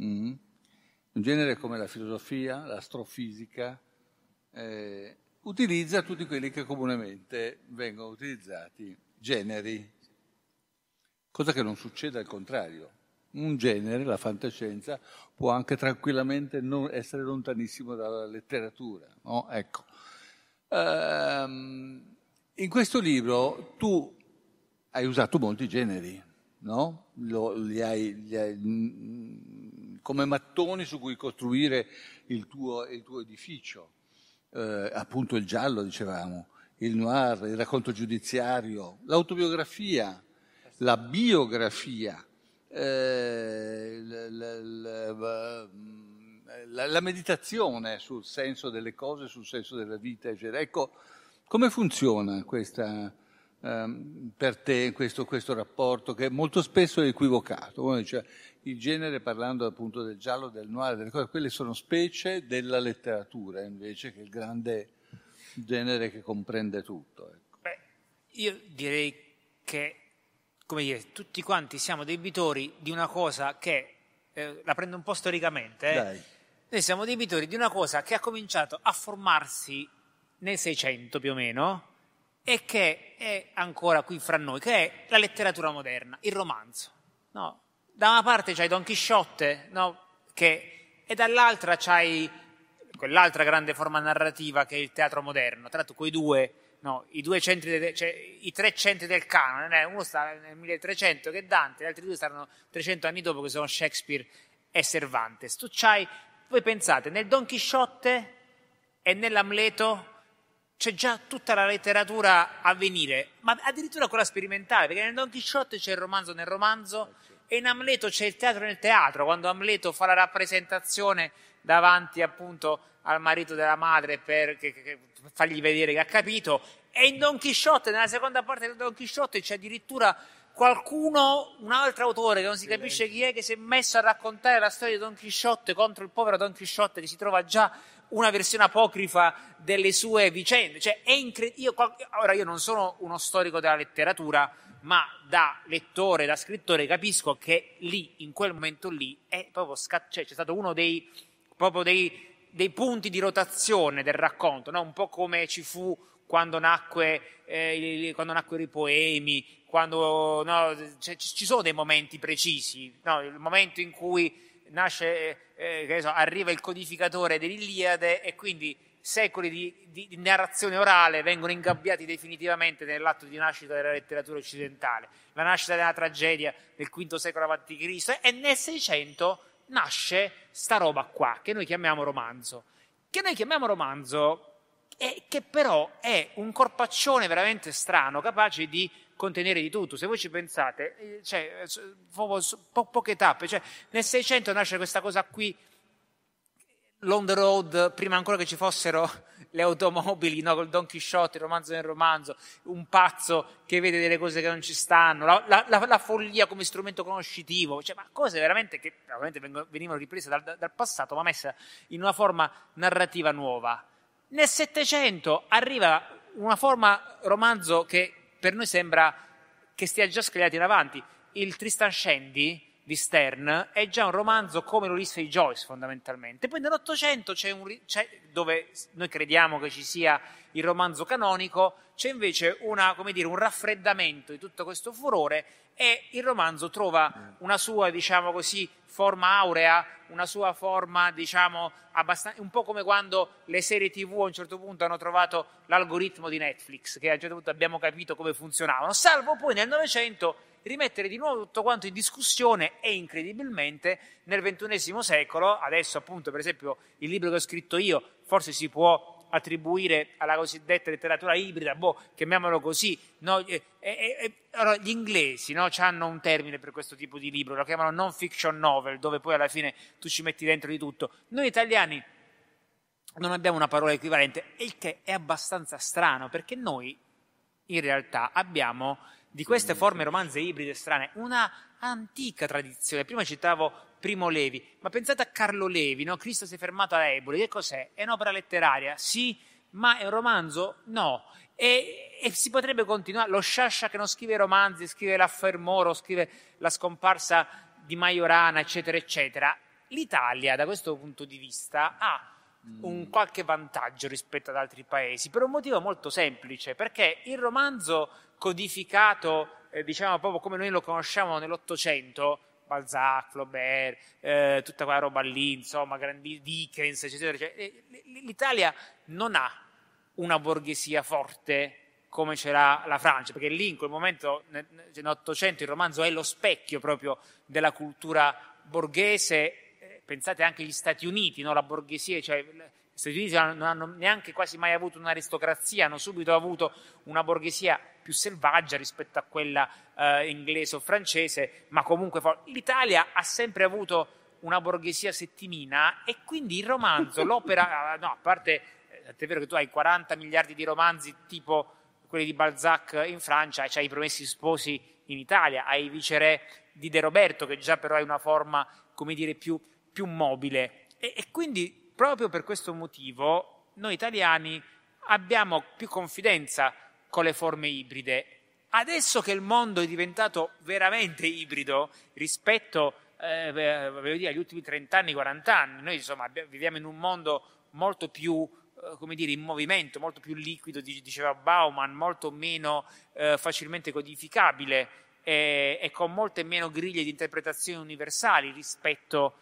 come la filosofia, l'astrofisica, utilizza tutti quelli che comunemente vengono utilizzati generi, cosa che non succede al contrario. Un genere, la fantascienza, può anche tranquillamente non essere lontanissimo dalla letteratura, no? Ecco. In questo libro tu hai usato molti generi, no? Li hai come mattoni su cui costruire il tuo edificio. Appunto il giallo, dicevamo, il noir, il racconto giudiziario, l'autobiografia, la biografia, la meditazione sul senso delle cose, sul senso della vita, eccetera. Ecco, come funziona questa, per te questo rapporto che molto spesso è equivocato? Uno dice, il genere, parlando appunto del giallo, del noir, delle cose, quelle sono specie della letteratura, invece che il grande genere che comprende tutto. Ecco. Beh, io direi che, come dire, tutti quanti siamo debitori di una cosa che, la prendo un po' storicamente, Dai. Noi siamo debitori di una cosa che ha cominciato a formarsi nel 600 più o meno, e che è ancora qui fra noi, che è la letteratura moderna, il romanzo, no? Da una parte c'hai Don Chisciotte, no? E dall'altra c'hai quell'altra grande forma narrativa che è il teatro moderno. Tra l'altro i tre centri del canone, uno sta nel 1300 che è Dante, gli altri due stanno 300 anni dopo che sono Shakespeare e Cervantes. Voi pensate, nel Don Chisciotte e nell'Amleto c'è già tutta la letteratura a venire, ma addirittura quella sperimentale, perché nel Don Chisciotte c'è il romanzo nel romanzo e in Amleto c'è il teatro nel teatro, quando Amleto fa la rappresentazione davanti appunto al marito della madre per fargli vedere che ha capito, e in Don Chisciotte, nella seconda parte del Don Chisciotte, c'è addirittura qualcuno, un altro autore che non si capisce chi è, che si è messo a raccontare la storia di Don Chisciotte contro il povero Don Chisciotte, che si trova già una versione apocrifa delle sue vicende. Cioè, è incredibile. Ora, io non sono uno storico della letteratura, ma da lettore, da scrittore capisco che lì, in quel momento lì, è proprio c'è stato uno dei punti di rotazione del racconto, no? Un po' come ci fu quando nacquero i poemi, quando ci sono dei momenti precisi, no? Il momento in cui nasce, arriva il codificatore dell'Iliade e quindi secoli di narrazione orale vengono ingabbiati definitivamente nell'atto di nascita della letteratura occidentale, la nascita della tragedia del V secolo a.C. e nel 600 nasce sta roba qua, che noi chiamiamo romanzo, e che però è un corpaccione veramente strano, capace di contenere di tutto. Se voi ci pensate, poche tappe, nel 600 nasce questa cosa qui, l'on the road, prima ancora che ci fossero le automobili, no? Col Don Chisciotte, il romanzo nel romanzo, un pazzo che vede delle cose che non ci stanno, la follia come strumento conoscitivo, ma cose veramente che veramente venivano riprese dal passato ma messe in una forma narrativa nuova. Nel 700 arriva una forma romanzo che per noi sembra che stia già scagliata in avanti. Il Tristan Shandy di Stern è già un romanzo come l'Ulisse di Joyce fondamentalmente. Poi nell'Ottocento c'è dove noi crediamo che ci sia il romanzo canonico, c'è invece un raffreddamento di tutto questo furore e il romanzo trova una sua, diciamo così, forma aurea, una sua forma, diciamo, abbastanza, un po' come quando le serie TV a un certo punto hanno trovato l'algoritmo di Netflix, che a un certo punto abbiamo capito come funzionavano, salvo poi nel Novecento rimettere di nuovo tutto quanto in discussione e incredibilmente nel XXI secolo, adesso appunto per esempio il libro che ho scritto io forse si può attribuire alla cosiddetta letteratura ibrida, chiamiamolo così, no? Allora, gli inglesi, no, hanno un termine per questo tipo di libro, lo chiamano non fiction novel, dove poi alla fine tu ci metti dentro di tutto. Noi italiani non abbiamo una parola equivalente, il che è abbastanza strano, perché noi in realtà abbiamo di queste forme romanze ibride strane una antica tradizione. Prima citavo Primo Levi, ma pensate a Carlo Levi, no? Cristo si è fermato a Eboli, che cos'è? È un'opera letteraria? Sì, ma è un romanzo? No. E si potrebbe continuare. Lo Sciascia che non scrive romanzi, scrive l'Affermoro, scrive la scomparsa di Majorana, eccetera, eccetera. L'Italia, da questo punto di vista, ha un qualche vantaggio rispetto ad altri paesi, per un motivo molto semplice, perché il romanzo codificato, diciamo proprio come noi lo conosciamo nell'Ottocento, Balzac, Flaubert, tutta quella roba lì, insomma, Dickens, eccetera, eccetera. L'Italia non ha una borghesia forte come c'era la Francia, perché lì in quel momento, nell'Ottocento, il romanzo è lo specchio proprio della cultura borghese. Pensate anche agli Stati Uniti, no? La borghesia, cioè gli Stati Uniti non hanno neanche quasi mai avuto un'aristocrazia, hanno subito avuto una borghesia più selvaggia rispetto a quella inglese o francese, ma comunque l'Italia ha sempre avuto una borghesia settimina e quindi il romanzo, l'opera, no, a parte, è vero che tu hai 40 miliardi di romanzi tipo quelli di Balzac in Francia, c'hai i Promessi Sposi in Italia, hai i Viceré di De Roberto, che già però è una forma, come dire, più mobile. E quindi proprio per questo motivo noi italiani abbiamo più confidenza con le forme ibride. Adesso che il mondo è diventato veramente ibrido rispetto agli ultimi 30 anni, 40 anni, noi insomma viviamo in un mondo molto più come dire, in movimento, molto più liquido, diceva Bauman, molto meno facilmente codificabile e con molte meno griglie di interpretazioni universali rispetto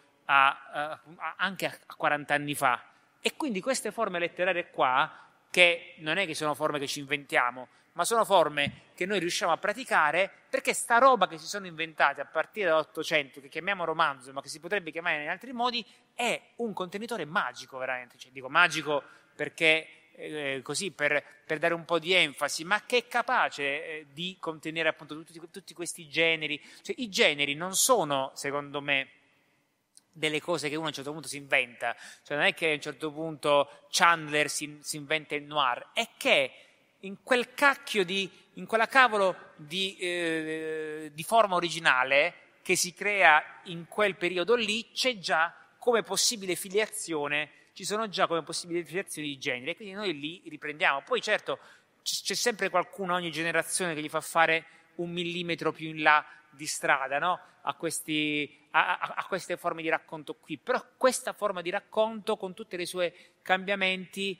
anche a 40 anni fa. E quindi queste forme letterarie qua, che non è che sono forme che ci inventiamo, ma sono forme che noi riusciamo a praticare, perché sta roba che si sono inventate a partire dall'Ottocento, che chiamiamo romanzo, ma che si potrebbe chiamare in altri modi, è un contenitore magico veramente. Cioè, dico magico perché così per dare un po' di enfasi, ma che è capace di contenere appunto tutti questi generi. Cioè, i generi non sono, secondo me, delle cose che uno a un certo punto si inventa, cioè non è che a un certo punto Chandler si inventa il noir, è che in quel cacchio in quella cavolo di forma originale che si crea in quel periodo lì, c'è già come possibile filiazione, ci sono già come possibili filiazioni di genere, e quindi noi lì riprendiamo. Poi certo c'è sempre qualcuno, ogni generazione, che gli fa fare un millimetro più in là di strada, no? a queste forme di racconto qui. Però questa forma di racconto, con tutti i suoi cambiamenti,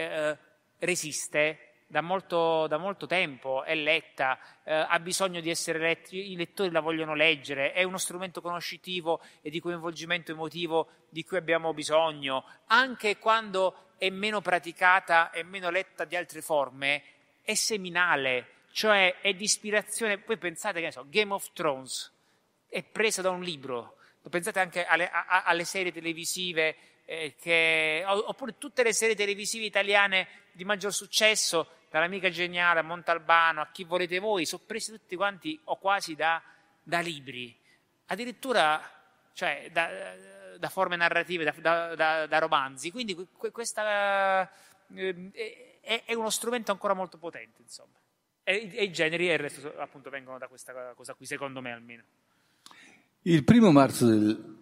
resiste da molto tempo, è letta, ha bisogno di essere letta, i lettori la vogliono leggere, è uno strumento conoscitivo e di coinvolgimento emotivo di cui abbiamo bisogno, anche quando è meno praticata e meno letta di altre forme, è seminale, cioè è di ispirazione. Poi pensate, che ne so, Game of Thrones è presa da un libro, pensate anche alle serie televisive, oppure tutte le serie televisive italiane di maggior successo, dall'Amica Geniale a Montalbano a Chi volete voi, sono presi tutti quanti o quasi da libri, addirittura, cioè, da forme narrative, da romanzi. Quindi questa è uno strumento ancora molto potente, insomma. E i generi e il resto appunto vengono da questa cosa qui, secondo me almeno. Il 1 marzo del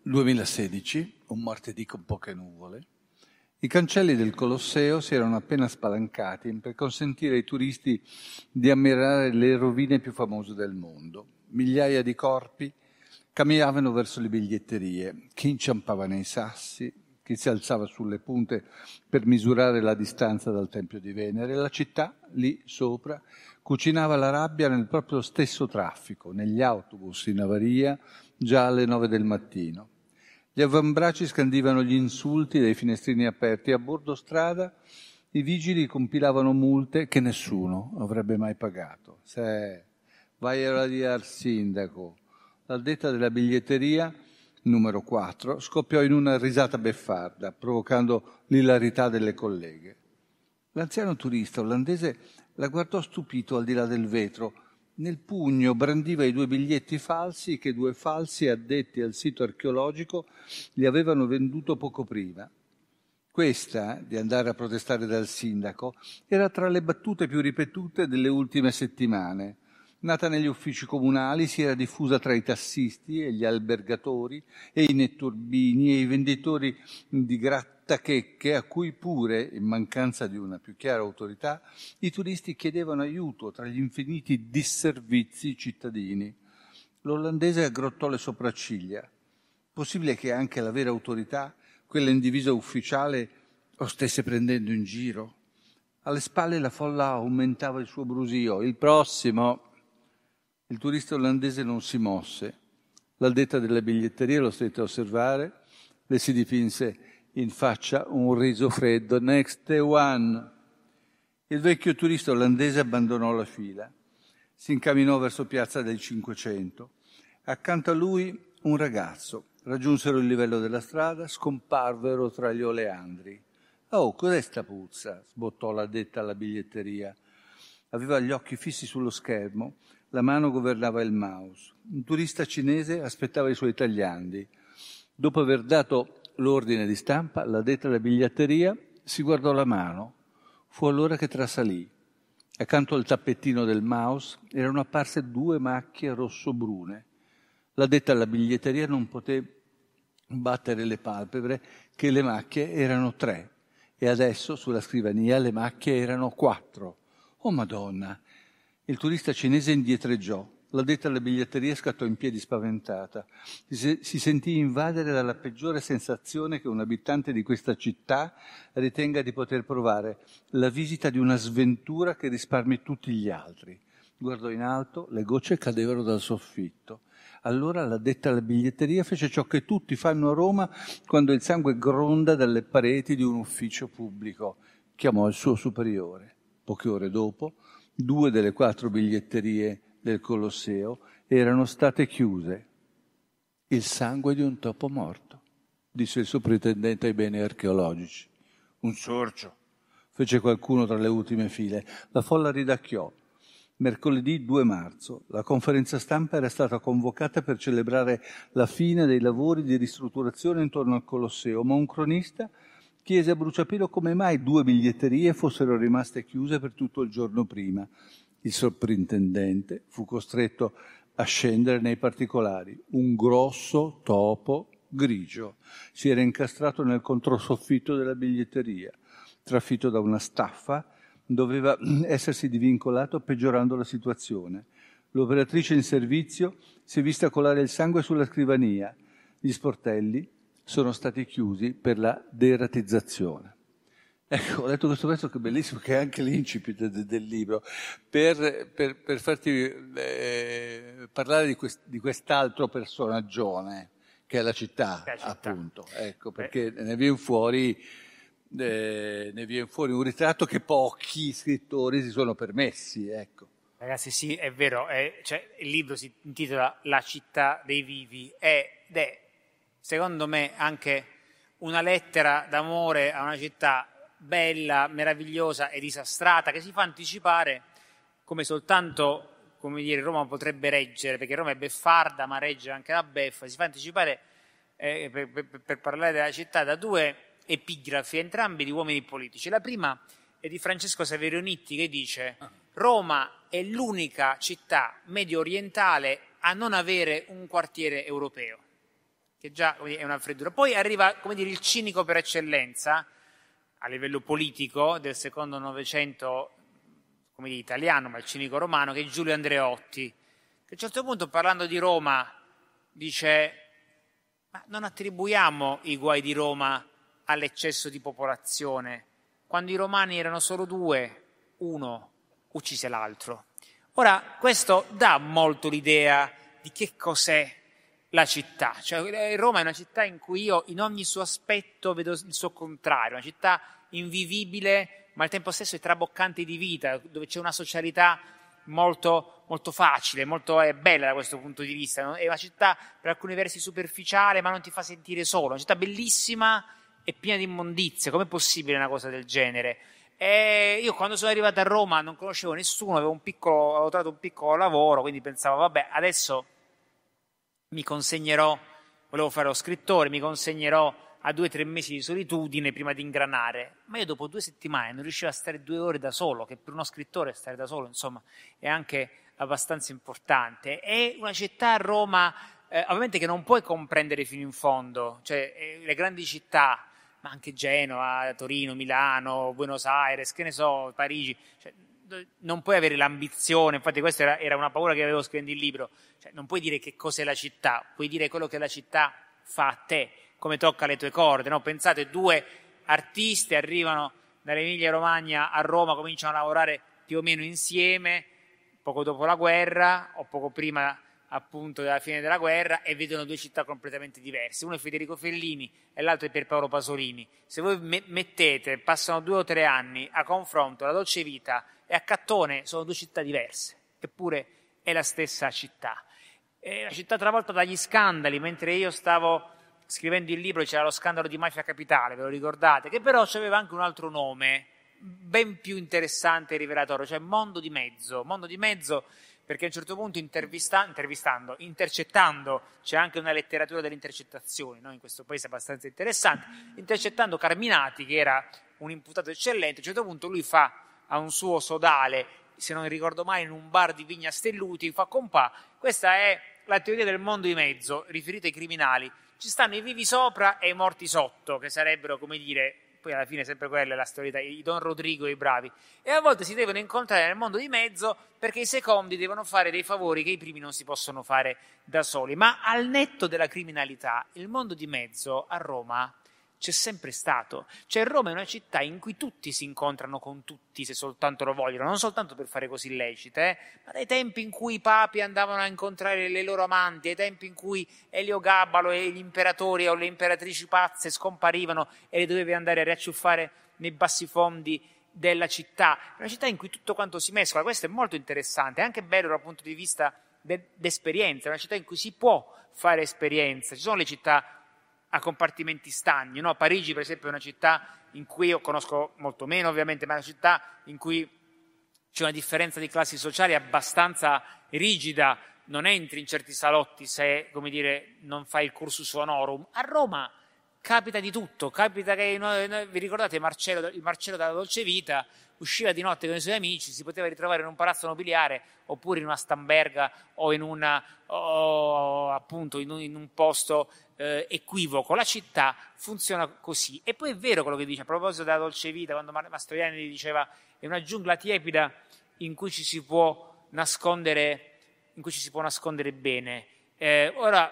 2016, un martedì con poche nuvole, i cancelli del Colosseo si erano appena spalancati per consentire ai turisti di ammirare le rovine più famose del mondo. Migliaia di corpi camminavano verso le biglietterie, chi inciampava nei sassi, chi si alzava sulle punte per misurare la distanza dal Tempio di Venere. La città, lì sopra, cucinava la rabbia nel proprio stesso traffico, negli autobus in avaria, già alle 9 del mattino. Gli avambracci scandivano gli insulti dai finestrini aperti. A bordo strada i vigili compilavano multe che nessuno avrebbe mai pagato. Se vai a dire al sindaco, l'addetta della biglietteria, numero 4, scoppiò in una risata beffarda, provocando l'ilarità delle colleghe. L'anziano turista olandese la guardò stupito al di là del vetro. Nel pugno brandiva i 2 biglietti falsi che 2 falsi addetti al sito archeologico gli avevano venduto poco prima. Questa, di andare a protestare dal sindaco, era tra le battute più ripetute delle ultime settimane. Nata negli uffici comunali, si era diffusa tra i tassisti e gli albergatori e i netturbini e i venditori di grattachecche, a cui pure, in mancanza di una più chiara autorità, i turisti chiedevano aiuto tra gli infiniti disservizi cittadini. L'olandese aggrottò le sopracciglia. Possibile che anche la vera autorità, quella in divisa ufficiale, lo stesse prendendo in giro? Alle spalle la folla aumentava il suo brusio. Il prossimo... Il turista olandese non si mosse. L'addetta della biglietteria lo stette a osservare, le si dipinse in faccia un riso freddo. Next one. Il vecchio turista olandese abbandonò la fila. Si incamminò verso piazza del 500. Accanto a lui un ragazzo. Raggiunsero il livello della strada, scomparvero tra gli oleandri. «Oh, cos'è sta puzza?» sbottò l'addetta alla biglietteria. Aveva gli occhi fissi sullo schermo. La mano governava il mouse. Un turista cinese aspettava i suoi tagliandi. Dopo aver dato l'ordine di stampa, l'addetta alla biglietteria si guardò la mano. Fu allora che trasalì. Accanto al tappettino del mouse erano apparse 2 macchie rosso-brune. L'addetta alla biglietteria non poté battere le palpebre che le macchie erano 3 e adesso sulla scrivania le macchie erano 4. Oh Madonna! Il turista cinese indietreggiò. L'addetta alla biglietteria scattò in piedi spaventata. Si sentì invadere dalla peggiore sensazione che un abitante di questa città ritenga di poter provare, la visita di una sventura che risparmi tutti gli altri. Guardò in alto, le gocce cadevano dal soffitto. Allora l'addetta alla biglietteria fece ciò che tutti fanno a Roma quando il sangue gronda dalle pareti di un ufficio pubblico. Chiamò il suo superiore. Poche ore dopo, 2 delle 4 biglietterie del Colosseo erano state chiuse. Il sangue di un topo morto, disse il sovrintendente ai beni archeologici. Un sorcio, fece qualcuno tra le ultime file. La folla ridacchiò. Mercoledì 2 marzo, la conferenza stampa era stata convocata per celebrare la fine dei lavori di ristrutturazione intorno al Colosseo, ma un cronista chiese a bruciapelo come mai 2 biglietterie fossero rimaste chiuse per tutto il giorno prima. Il sovrintendente fu costretto a scendere nei particolari. Un grosso topo grigio si era incastrato nel controsoffitto della biglietteria. Trafitto da una staffa, doveva essersi divincolato peggiorando la situazione. L'operatrice in servizio si è vista colare il sangue sulla scrivania. Gli sportelli sono stati chiusi per la deratizzazione. Ecco, ho letto questo pezzo che è bellissimo, che è anche l'incipit del libro, per farti parlare di quest'altro personaggione, che è la città, appunto. Ecco, perché ne viene fuori un ritratto che pochi scrittori si sono permessi, ecco. Ragazzi, sì, è vero, il libro si intitola La città dei vivi ed è, secondo me, anche una lettera d'amore a una città bella, meravigliosa e disastrata, che si fa anticipare come soltanto, come dire, Roma potrebbe reggere, perché Roma è beffarda, ma regge anche la beffa. Si fa anticipare per parlare della città da due epigrafi, entrambi di uomini politici. La prima è di Francesco Saverio Nitti, che dice: Roma è l'unica città medio orientale a non avere un quartiere europeo, che già è una freddura. Poi arriva, come dire, il cinico per eccellenza a livello politico del secondo Novecento, come dire, italiano, ma il cinico romano, che è Giulio Andreotti, che a un certo punto, parlando di Roma, dice: ma non attribuiamo i guai di Roma all'eccesso di popolazione. Quando i romani erano solo 2, uno uccise l'altro. Ora, questo dà molto l'idea di che cos'è la città. Cioè, Roma è una città in cui io in ogni suo aspetto vedo il suo contrario, una città invivibile, ma al tempo stesso è traboccante di vita, dove c'è una socialità molto, molto facile, molto bella da questo punto di vista. È una città per alcuni versi superficiale, ma non ti fa sentire solo. Una città bellissima e piena di immondizie. Com'è possibile una cosa del genere? Io quando sono arrivato a Roma non conoscevo nessuno, avevo trovato un piccolo lavoro, quindi pensavo, vabbè, adesso mi consegnerò, volevo fare lo scrittore, mi consegnerò a 2 o 3 mesi di solitudine prima di ingranare. Ma io dopo 2 settimane non riuscivo a stare 2 ore da solo, che per uno scrittore stare da solo, insomma, è anche abbastanza importante. È una città, Roma, ovviamente, che non puoi comprendere fino in fondo, cioè le grandi città, ma anche Genova, Torino, Milano, Buenos Aires, che ne so, Parigi, cioè, non puoi avere l'ambizione, infatti questa era una paura che avevo scrivendo il libro, cioè, non puoi dire che cos'è la città, puoi dire quello che la città fa a te, come tocca le tue corde, no? Pensate, 2 artisti arrivano dall'Emilia Romagna a Roma, cominciano a lavorare più o meno insieme, poco dopo la guerra o poco prima appunto della fine della guerra, e vedono 2 città completamente diverse. Uno è Federico Fellini e l'altro è Pierpaolo Pasolini. Se voi mettete, passano 2 o 3 anni a confronto, la Dolce Vita e a Cattone sono 2 città diverse, eppure è la stessa città. È una città travolta dagli scandali. Mentre io stavo scrivendo il libro c'era lo scandalo di Mafia Capitale, ve lo ricordate? Che però aveva anche un altro nome, ben più interessante e rivelatorio, cioè Mondo di Mezzo, perché a un certo punto intercettando, c'è anche una letteratura delle intercettazioni, no? In questo paese abbastanza interessante, intercettando Carminati, che era un imputato eccellente, a un certo punto lui fa a un suo sodale, se non ricordo male, in un bar di Vigna Stelluti, fa: compà, questa è la teoria del mondo di mezzo, riferita ai criminali, ci stanno i vivi sopra e i morti sotto, che sarebbero, come dire, poi alla fine sempre quella è la storia, i Don Rodrigo e i bravi, e a volte si devono incontrare nel mondo di mezzo perché i secondi devono fare dei favori che i primi non si possono fare da soli. Ma al netto della criminalità, il mondo di mezzo a Roma c'è sempre stato. Cioè, Roma è una città in cui tutti si incontrano con tutti, se soltanto lo vogliono, non soltanto per fare cose illecite, ma dai tempi in cui i papi andavano a incontrare le loro amanti, ai tempi in cui Eliogabalo e gli imperatori o le imperatrici pazze scomparivano e le dovevi andare a riacciuffare nei bassifondi della città. È una città in cui tutto quanto si mescola. Questo è molto interessante, è anche bello dal punto di vista d'esperienza. È una città in cui si può fare esperienza. Ci sono le città a compartimenti stagni, no? Parigi, per esempio, è una città in cui io conosco molto meno, ovviamente, ma è una città in cui c'è una differenza di classi sociali abbastanza rigida, non entri in certi salotti se, come dire, non fai il cursus honorum. A Roma capita di tutto, capita che vi ricordate il Marcello della Dolce Vita usciva di notte con i suoi amici, si poteva ritrovare in un palazzo nobiliare oppure in una Stamberga o appunto in un posto equivoco. La città funziona così. E poi è vero quello che dice a proposito della Dolce Vita, quando Mastroianni diceva: è una giungla tiepida in cui ci si può nascondere in cui ci si può nascondere bene. Ora,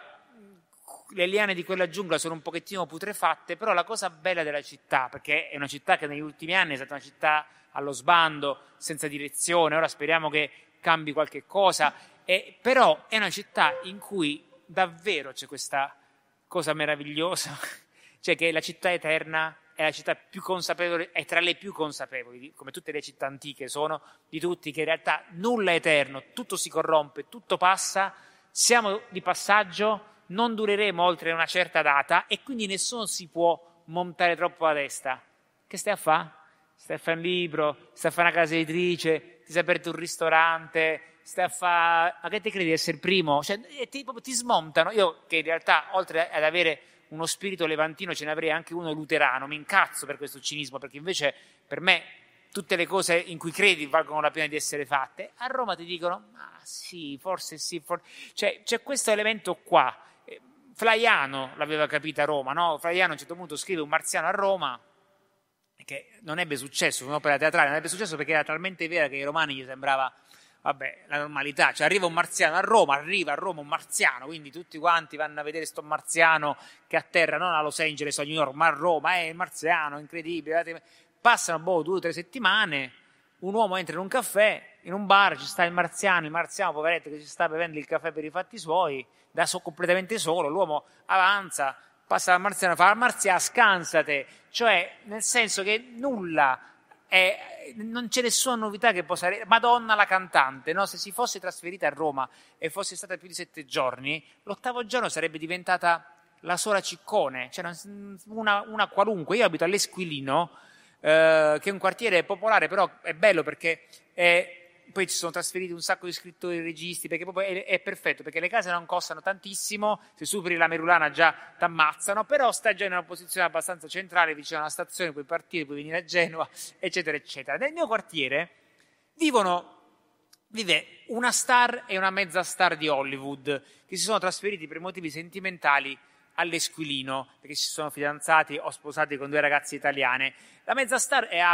le liane di quella giungla sono un pochettino putrefatte, però la cosa bella della città, perché è una città che negli ultimi anni è stata una città allo sbando, senza direzione, ora speriamo che cambi qualche cosa, però è una città in cui davvero c'è questa cosa meravigliosa, cioè che la città eterna è la città più consapevole, è tra le più consapevoli, come tutte le città antiche sono, di tutti, che in realtà nulla è eterno, tutto si corrompe, tutto passa, siamo di passaggio, non dureremo oltre una certa data e quindi nessuno si può montare troppo la testa. Che stai a fare? Stai a fare un libro, stai a fare una casa editrice, ti sei aperto un ristorante, stai a fare... Ma che te credi di essere il primo? Cioè, ti smontano. Io che in realtà, oltre ad avere uno spirito levantino, ce ne avrei anche uno luterano, mi incazzo per questo cinismo, perché invece per me tutte le cose in cui credi valgono la pena di essere fatte. A Roma ti dicono, ma sì, forse sì, Cioè, c'è questo elemento qua. Flaiano l'aveva capita a Roma, no? Flaiano a un certo punto scrive Un marziano a Roma, che non ebbe successo, un'opera teatrale, non ebbe successo perché era talmente vera che ai romani gli sembrava, vabbè, la normalità, cioè arriva un marziano a Roma, arriva a Roma un marziano, quindi tutti quanti vanno a vedere sto marziano che atterra non a Los Angeles o a New York, ma a Roma, è il marziano, incredibile, passano 2 o 3 settimane, un uomo entra in un caffè, in un bar, ci sta il marziano poveretto che si sta bevendo il caffè per i fatti suoi, completamente solo, l'uomo avanza, passa dal marziano, fa al marziano, scansate, cioè nel senso che nulla, non c'è nessuna novità che possa... Madonna la cantante, no? Se si fosse trasferita a Roma e fosse stata più di 7 giorni, l'8° giorno sarebbe diventata la Sora Ciccone, cioè una qualunque. Io abito all'Esquilino, che è un quartiere popolare, però è bello perché poi ci sono trasferiti un sacco di scrittori e registi, perché proprio è perfetto, perché le case non costano tantissimo, se superi la Merulana già t'ammazzano, però stai già in una posizione abbastanza centrale, vicino alla stazione, puoi partire, puoi venire a Genova, eccetera, eccetera. Nel mio quartiere vive una star e una mezza star di Hollywood, che si sono trasferiti per motivi sentimentali all'Esquilino, perché si sono fidanzati o sposati con 2 ragazze italiane. La mezza star è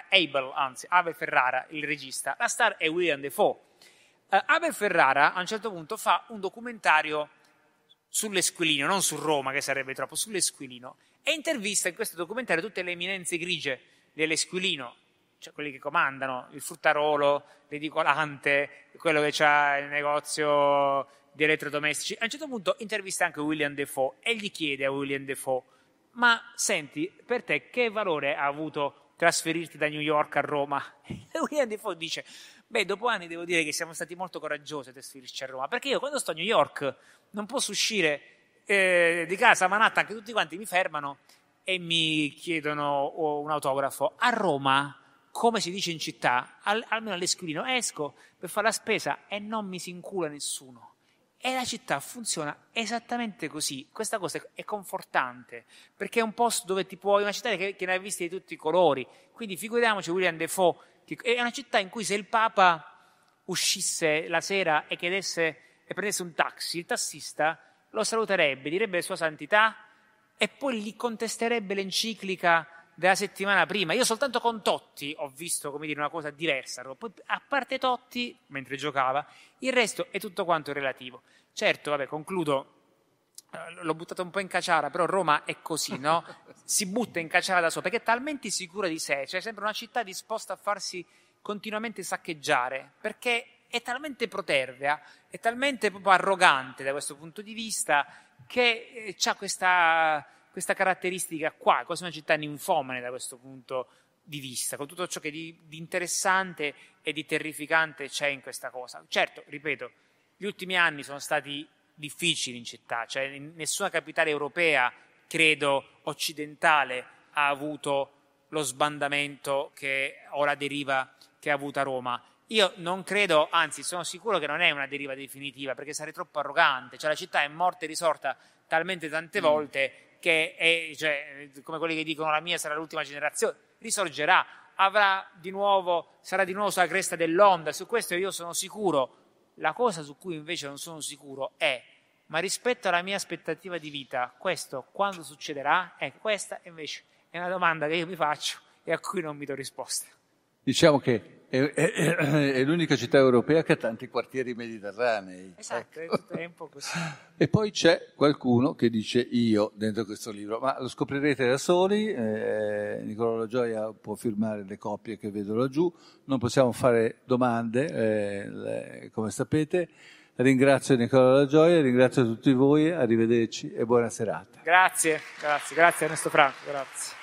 Abel Ferrara, il regista. La star è William Dafoe. Abel Ferrara a un certo punto fa un documentario sull'Esquilino, non su Roma, che sarebbe troppo, sull'Esquilino, e intervista in questo documentario tutte le eminenze grigie dell'Esquilino, cioè quelli che comandano, il fruttarolo, l'edicolante, quello che ha il negozio di elettrodomestici. A un certo punto intervista anche William Dafoe e gli chiede a William Dafoe: ma senti, per te che valore ha avuto trasferirti da New York a Roma? E William Dafoe dice: beh, dopo anni devo dire che siamo stati molto coraggiosi a trasferirci a Roma, perché io quando sto a New York non posso uscire di casa a Manhattan, che tutti quanti mi fermano e mi chiedono un autografo. A Roma, come si dice in città, almeno all'Esquilino, esco per fare la spesa e non mi si incula nessuno. E la città funziona esattamente così. Questa cosa è confortante, perché è un posto dove è una città che ne ha viste di tutti i colori. Quindi figuriamoci William Dafoe, che è una città in cui se il Papa uscisse la sera e prendesse un taxi, il tassista lo saluterebbe, direbbe Sua Santità e poi gli contesterebbe l'enciclica della settimana prima. Io soltanto con Totti ho visto, come dire, una cosa diversa. Poi, a parte Totti, mentre giocava, il resto è tutto quanto relativo. Certo, vabbè, concludo, l'ho buttato un po' in caciara, però Roma è così, no? Si butta in caciara da sola, perché è talmente sicura di sé, cioè è sempre una città disposta a farsi continuamente saccheggiare, perché è talmente protervea, è talmente proprio arrogante da questo punto di vista, che ha questa caratteristica qua, è quasi una città ninfomane da questo punto di vista, con tutto ciò che di interessante e di terrificante c'è in questa cosa. Certo, ripeto, gli ultimi anni sono stati difficili in città, cioè nessuna capitale europea, credo, occidentale ha avuto lo sbandamento o la deriva che ha avuto a Roma. Io non credo, anzi sono sicuro che non è una deriva definitiva, perché sarei troppo arrogante, cioè la città è morta e risorta talmente tante volte che è, cioè, come quelli che dicono la mia sarà l'ultima generazione, risorgerà, sarà di nuovo sulla cresta dell'onda, su questo io sono sicuro. La cosa su cui invece non sono sicuro è: ma rispetto alla mia aspettativa di vita, questo quando succederà? Questa invece è una domanda che io mi faccio e a cui non mi do risposta. diciamo che è l'unica città europea che ha tanti quartieri mediterranei. Esatto, è un po' così. E poi c'è qualcuno che dice io dentro questo libro, ma lo scoprirete da soli. Nicola La Gioia può firmare le copie che vedo laggiù, non possiamo fare domande, come sapete. Ringrazio Nicola La Gioia, ringrazio tutti voi, arrivederci e buona serata. Grazie Ernesto Franco, grazie.